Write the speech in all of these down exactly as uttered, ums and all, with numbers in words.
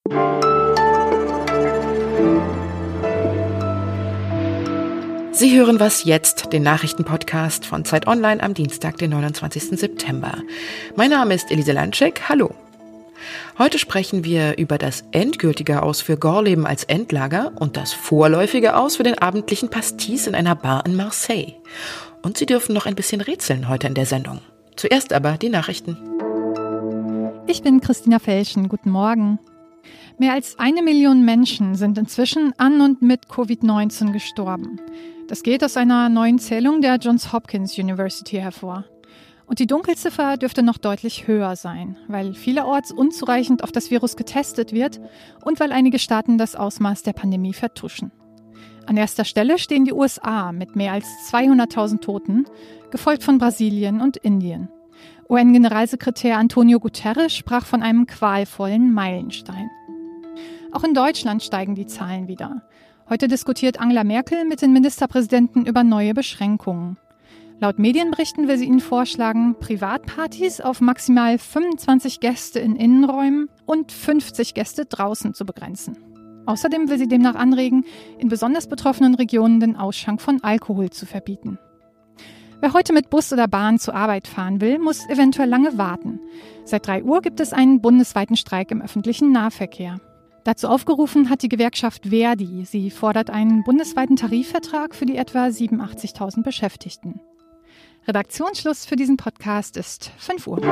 Sie hören Was jetzt, den Nachrichtenpodcast von Zeit Online am Dienstag, den neunundzwanzigsten September. Mein Name ist Elise Landschek. Hallo. Heute sprechen wir über das endgültige Aus für Gorleben als Endlager und das vorläufige Aus für den abendlichen Pastis in einer Bar in Marseille. Und Sie dürfen noch ein bisschen rätseln heute in der Sendung. Zuerst aber die Nachrichten. Ich bin Christina Felschen. Guten Morgen. Mehr als eine Million Menschen sind inzwischen an und mit Covid neunzehn gestorben. Das geht aus einer neuen Zählung der Johns Hopkins University hervor. Und die Dunkelziffer dürfte noch deutlich höher sein, weil vielerorts unzureichend auf das Virus getestet wird und weil einige Staaten das Ausmaß der Pandemie vertuschen. An erster Stelle stehen die U S A mit mehr als zweihunderttausend Toten, gefolgt von Brasilien und Indien. U N-Generalsekretär Antonio Guterres sprach von einem qualvollen Meilenstein. Auch in Deutschland steigen die Zahlen wieder. Heute diskutiert Angela Merkel mit den Ministerpräsidenten über neue Beschränkungen. Laut Medienberichten will sie ihnen vorschlagen, Privatpartys auf maximal fünfundzwanzig Gäste in Innenräumen und fünfzig Gäste draußen zu begrenzen. Außerdem will sie demnach anregen, in besonders betroffenen Regionen den Ausschank von Alkohol zu verbieten. Wer heute mit Bus oder Bahn zur Arbeit fahren will, muss eventuell lange warten. Seit drei Uhr gibt es einen bundesweiten Streik im öffentlichen Nahverkehr. Dazu aufgerufen hat die Gewerkschaft Verdi. Sie fordert einen bundesweiten Tarifvertrag für die etwa siebenundachtzigtausend Beschäftigten. Redaktionsschluss für diesen Podcast ist fünf Uhr.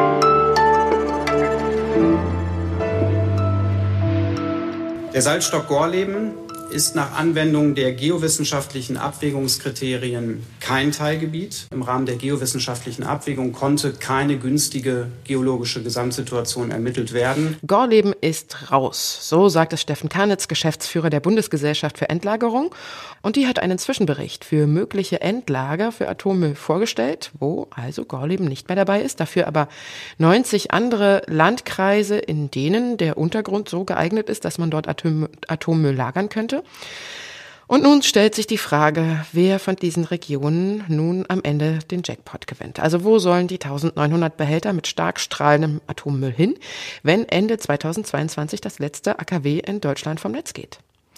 Der Salzstock Gorleben ist nach Anwendung der geowissenschaftlichen Abwägungskriterien kein Teilgebiet. Im Rahmen der geowissenschaftlichen Abwägung konnte keine günstige geologische Gesamtsituation ermittelt werden. Gorleben ist raus, so sagt es Steffen Karnitz, Geschäftsführer der Bundesgesellschaft für Endlagerung. Und die hat einen Zwischenbericht für mögliche Endlager für Atommüll vorgestellt, wo also Gorleben nicht mehr dabei ist, dafür aber neunzig andere Landkreise, in denen der Untergrund so geeignet ist, dass man dort Atom- Atommüll lagern könnte. Und nun stellt sich die Frage, wer von diesen Regionen nun am Ende den Jackpot gewinnt. Also wo sollen die eintausendneunhundert Behälter mit stark strahlendem Atommüll hin, wenn Ende zweitausendzweiundzwanzig das letzte A K W in Deutschland vom Netz geht?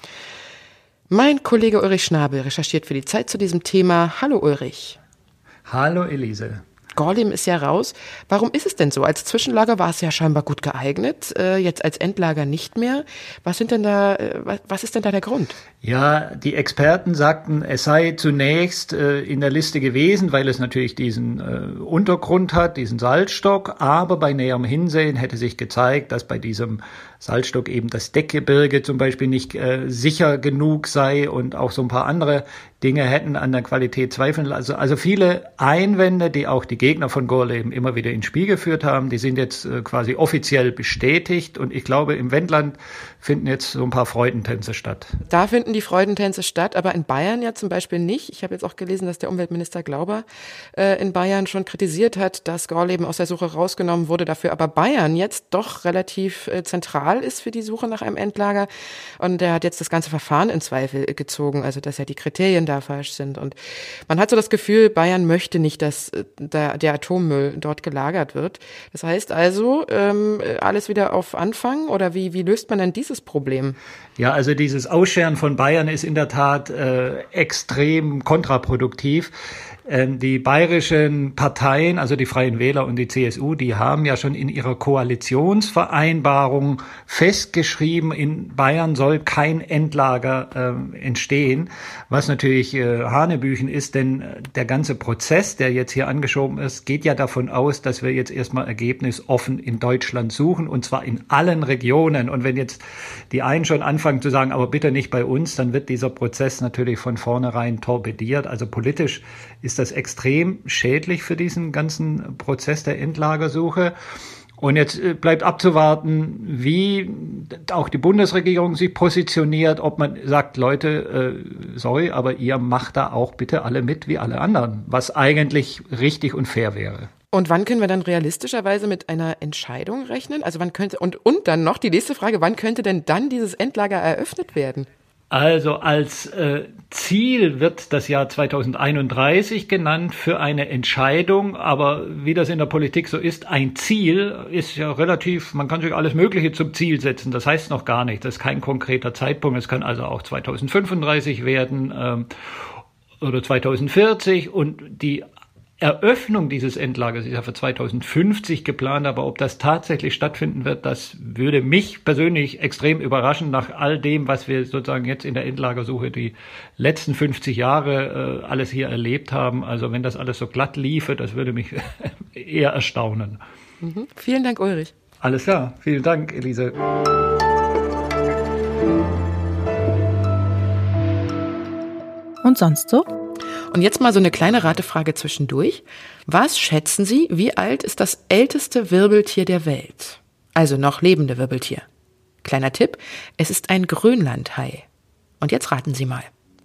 Mein Kollege Ulrich Schnabel recherchiert für die Zeit zu diesem Thema. Hallo Ulrich. Hallo Elise. Gorleben ist ja raus. Warum ist es denn so? Als Zwischenlager war es ja scheinbar gut geeignet, äh, jetzt als Endlager nicht mehr. Was sind denn da, äh, was, was ist denn da der Grund? Ja, die Experten sagten, es sei zunächst äh, in der Liste gewesen, weil es natürlich diesen äh, Untergrund hat, diesen Salzstock, aber bei näherem Hinsehen hätte sich gezeigt, dass bei diesem Salzstock eben das Deckgebirge zum Beispiel nicht äh, sicher genug sei und auch so ein paar andere Dinge hätten an der Qualität zweifeln. Also, also viele Einwände, die auch die Gegner von Gorleben immer wieder ins Spiel geführt haben, die sind jetzt äh, quasi offiziell bestätigt. Und ich glaube, im Wendland finden jetzt so ein paar Freudentänze statt. Da finden die Freudentänze statt, aber in Bayern ja zum Beispiel nicht. Ich habe jetzt auch gelesen, dass der Umweltminister Glauber äh, in Bayern schon kritisiert hat, dass Gorleben aus der Suche rausgenommen wurde, dafür aber Bayern jetzt doch relativ äh, zentral ist für die Suche nach einem Endlager. Und der hat jetzt das ganze Verfahren in Zweifel gezogen, also dass ja die Kriterien da falsch sind. Und man hat so das Gefühl, Bayern möchte nicht, dass der, der Atommüll dort gelagert wird. Das heißt also, ähm, alles wieder auf Anfang, oder wie, wie löst man denn dieses Problem? Ja, also dieses Ausscheren von Bayern ist in der Tat äh, extrem kontraproduktiv. Die bayerischen Parteien, also die Freien Wähler und die C S U, die haben ja schon in ihrer Koalitionsvereinbarung festgeschrieben, in Bayern soll kein Endlager äh, entstehen, was natürlich äh, Hanebüchen ist, denn der ganze Prozess, der jetzt hier angeschoben ist, geht ja davon aus, dass wir jetzt erstmal ergebnisoffen in Deutschland suchen, und zwar in allen Regionen. Und wenn jetzt die einen schon anfangen zu sagen, aber bitte nicht bei uns, dann wird dieser Prozess natürlich von vornherein torpediert. Also politisch ist das extrem schädlich für diesen ganzen Prozess der Endlagersuche. Und jetzt bleibt abzuwarten, wie auch die Bundesregierung sich positioniert, ob man sagt, Leute, äh, sorry, aber ihr macht da auch bitte alle mit wie alle anderen, was eigentlich richtig und fair wäre. Und wann können wir dann realistischerweise mit einer Entscheidung rechnen? Also wann könnte, und, und dann noch die nächste Frage, wann könnte denn dann dieses Endlager eröffnet werden? Also als äh, Ziel wird das Jahr zweitausendeinunddreißig genannt für eine Entscheidung, aber wie das in der Politik so ist, ein Ziel ist ja relativ, man kann sich alles Mögliche zum Ziel setzen, das heißt noch gar nicht, das ist kein konkreter Zeitpunkt, es kann also auch zweitausendfünfunddreißig werden ähm, oder zweitausendvierzig und die Eröffnung dieses Endlagers ist ja für zweitausendfünfzig geplant, aber ob das tatsächlich stattfinden wird, das würde mich persönlich extrem überraschen nach all dem, was wir sozusagen jetzt in der Endlagersuche die letzten fünfzig Jahre äh, alles hier erlebt haben. Also wenn das alles so glatt liefe, das würde mich eher erstaunen. Mhm. Vielen Dank, Ulrich. Alles klar, vielen Dank, Elise. Und sonst so? Und jetzt mal so eine kleine Ratefrage zwischendurch. Was schätzen Sie, wie alt ist das älteste Wirbeltier der Welt? Also noch lebende Wirbeltier. Kleiner Tipp, es ist ein Grönlandhai. Und jetzt raten Sie mal.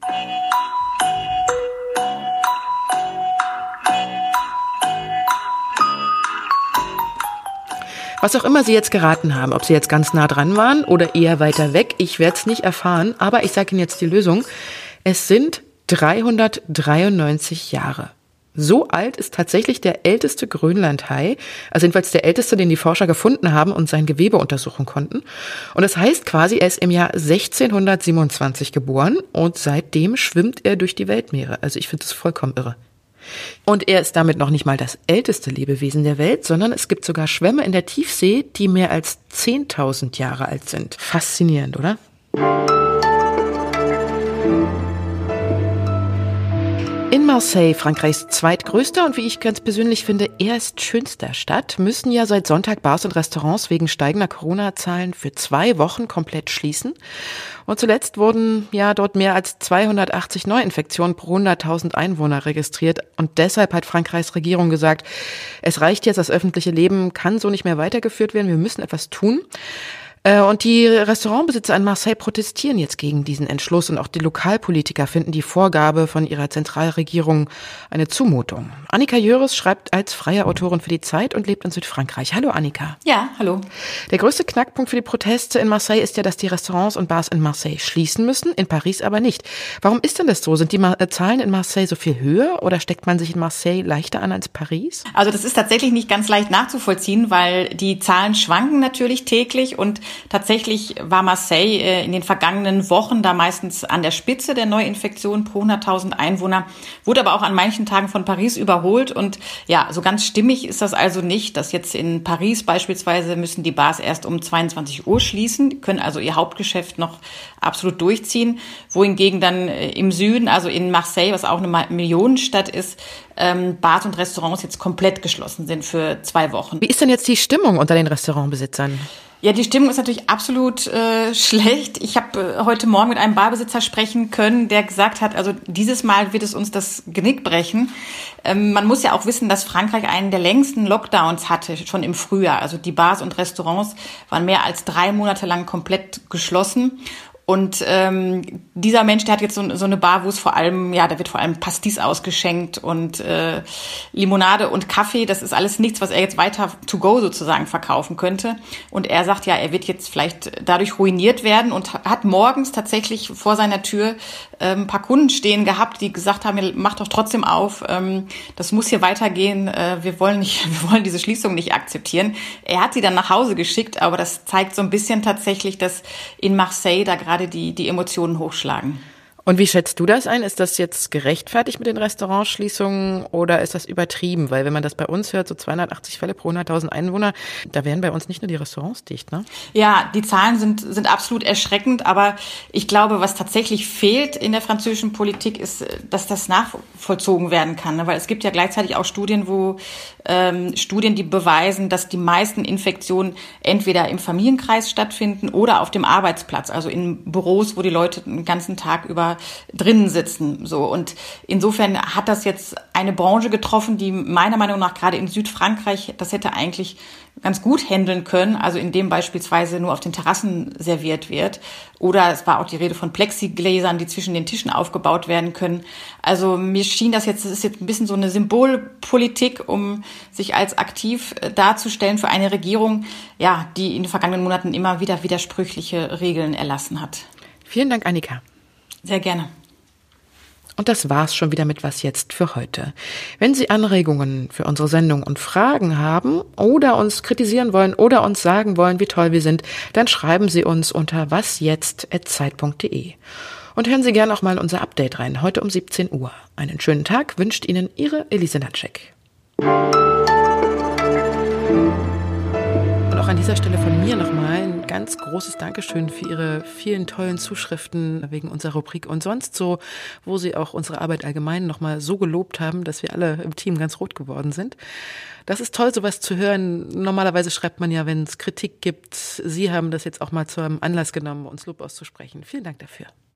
Was auch immer Sie jetzt geraten haben, ob Sie jetzt ganz nah dran waren oder eher weiter weg, ich werde es nicht erfahren, aber ich sage Ihnen jetzt die Lösung. Es sind dreihundertdreiundneunzig Jahre. So alt ist tatsächlich der älteste Grönlandhai, also jedenfalls der älteste, den die Forscher gefunden haben und sein Gewebe untersuchen konnten. Und das heißt quasi, er ist im Jahr sechzehnhundertsiebenundzwanzig geboren und seitdem schwimmt er durch die Weltmeere. Also ich finde das vollkommen irre. Und er ist damit noch nicht mal das älteste Lebewesen der Welt, sondern es gibt sogar Schwämme in der Tiefsee, die mehr als zehntausend Jahre alt sind. Faszinierend, oder? In Marseille, Frankreichs zweitgrößter und wie ich ganz persönlich finde, erst schönster Stadt, müssen ja seit Sonntag Bars und Restaurants wegen steigender Corona-Zahlen für zwei Wochen komplett schließen. Und zuletzt wurden ja dort mehr als zweihundertachtzig Neuinfektionen pro hunderttausend Einwohner registriert. Und deshalb hat Frankreichs Regierung gesagt, es reicht jetzt, das öffentliche Leben kann so nicht mehr weitergeführt werden, wir müssen etwas tun. Und die Restaurantbesitzer in Marseille protestieren jetzt gegen diesen Entschluss und auch die Lokalpolitiker finden die Vorgabe von ihrer Zentralregierung eine Zumutung. Annika Jöris schreibt als freie Autorin für die Zeit und lebt in Südfrankreich. Hallo Annika. Ja, hallo. Der größte Knackpunkt für die Proteste in Marseille ist ja, dass die Restaurants und Bars in Marseille schließen müssen, in Paris aber nicht. Warum ist denn das so? Sind die Zahlen in Marseille so viel höher oder steckt man sich in Marseille leichter an als Paris? Also das ist tatsächlich nicht ganz leicht nachzuvollziehen, weil die Zahlen schwanken natürlich täglich und tatsächlich war Marseille in den vergangenen Wochen da meistens an der Spitze der Neuinfektionen pro hunderttausend Einwohner, wurde aber auch an manchen Tagen von Paris überholt. Und ja, so ganz stimmig ist das also nicht, dass jetzt in Paris beispielsweise müssen die Bars erst um zweiundzwanzig Uhr schließen, die können also ihr Hauptgeschäft noch absolut durchziehen, wohingegen dann im Süden, also in Marseille, was auch eine Millionenstadt ist, Bars und Restaurants jetzt komplett geschlossen sind für zwei Wochen. Wie ist denn jetzt die Stimmung unter den Restaurantbesitzern? Ja, die Stimmung ist natürlich absolut äh, schlecht. Ich habe äh, heute Morgen mit einem Barbesitzer sprechen können, der gesagt hat, also dieses Mal wird es uns das Genick brechen. Ähm, man muss ja auch wissen, dass Frankreich einen der längsten Lockdowns hatte, schon im Frühjahr. Also die Bars und Restaurants waren mehr als drei Monate lang komplett geschlossen. Und ähm, dieser Mensch, der hat jetzt so, so eine Bar, wo es vor allem, ja, da wird vor allem Pastis ausgeschenkt und äh, Limonade und Kaffee. Das ist alles nichts, was er jetzt weiter to go sozusagen verkaufen könnte. Und er sagt, ja, er wird jetzt vielleicht dadurch ruiniert werden und hat morgens tatsächlich vor seiner Tür äh, ein paar Kunden stehen gehabt, die gesagt haben, mach doch trotzdem auf, ähm, das muss hier weitergehen. Äh, wir wollen nicht, wir wollen diese Schließung nicht akzeptieren. Er hat sie dann nach Hause geschickt, aber das zeigt so ein bisschen tatsächlich, dass in Marseille da gerade die, die Emotionen hochschlagen. Und wie schätzt du das ein? Ist das jetzt gerechtfertigt mit den Restaurantschließungen oder ist das übertrieben? Weil wenn man das bei uns hört, so zweihundertachtzig Fälle pro hunderttausend Einwohner, da wären bei uns nicht nur die Restaurants dicht, ne? Ja, die Zahlen sind, sind absolut erschreckend, aber ich glaube, was tatsächlich fehlt in der französischen Politik ist, dass das nachvollzogen werden kann, ne? Weil es gibt ja gleichzeitig auch Studien, wo ähm, Studien, die beweisen, dass die meisten Infektionen entweder im Familienkreis stattfinden oder auf dem Arbeitsplatz, also in Büros, wo die Leute den ganzen Tag über drinnen sitzen, so. Und insofern hat das jetzt eine Branche getroffen, die meiner Meinung nach gerade in Südfrankreich, das hätte eigentlich ganz gut handeln können, also indem beispielsweise nur auf den Terrassen serviert wird. Oder es war auch die Rede von Plexigläsern, die zwischen den Tischen aufgebaut werden können. Also mir schien das jetzt, das ist jetzt ein bisschen so eine Symbolpolitik, um sich als aktiv darzustellen für eine Regierung, ja, die in den vergangenen Monaten immer wieder widersprüchliche Regeln erlassen hat. Vielen Dank, Annika. Sehr gerne. Und das war's schon wieder mit Was jetzt für heute. Wenn Sie Anregungen für unsere Sendung und Fragen haben oder uns kritisieren wollen oder uns sagen wollen, wie toll wir sind, dann schreiben Sie uns unter wasjetzt at zeit punkt de. Und hören Sie gerne auch mal unser Update rein, heute um siebzehn Uhr. Einen schönen Tag wünscht Ihnen Ihre Elise Natschek. Und auch an dieser Stelle von mir nochmal ein ganz großes Dankeschön für Ihre vielen tollen Zuschriften wegen unserer Rubrik und sonst so, wo Sie auch unsere Arbeit allgemein nochmal so gelobt haben, dass wir alle im Team ganz rot geworden sind. Das ist toll, sowas zu hören. Normalerweise schreibt man ja, wenn es Kritik gibt. Sie haben das jetzt auch mal zu einem Anlass genommen, uns Lob auszusprechen. Vielen Dank dafür.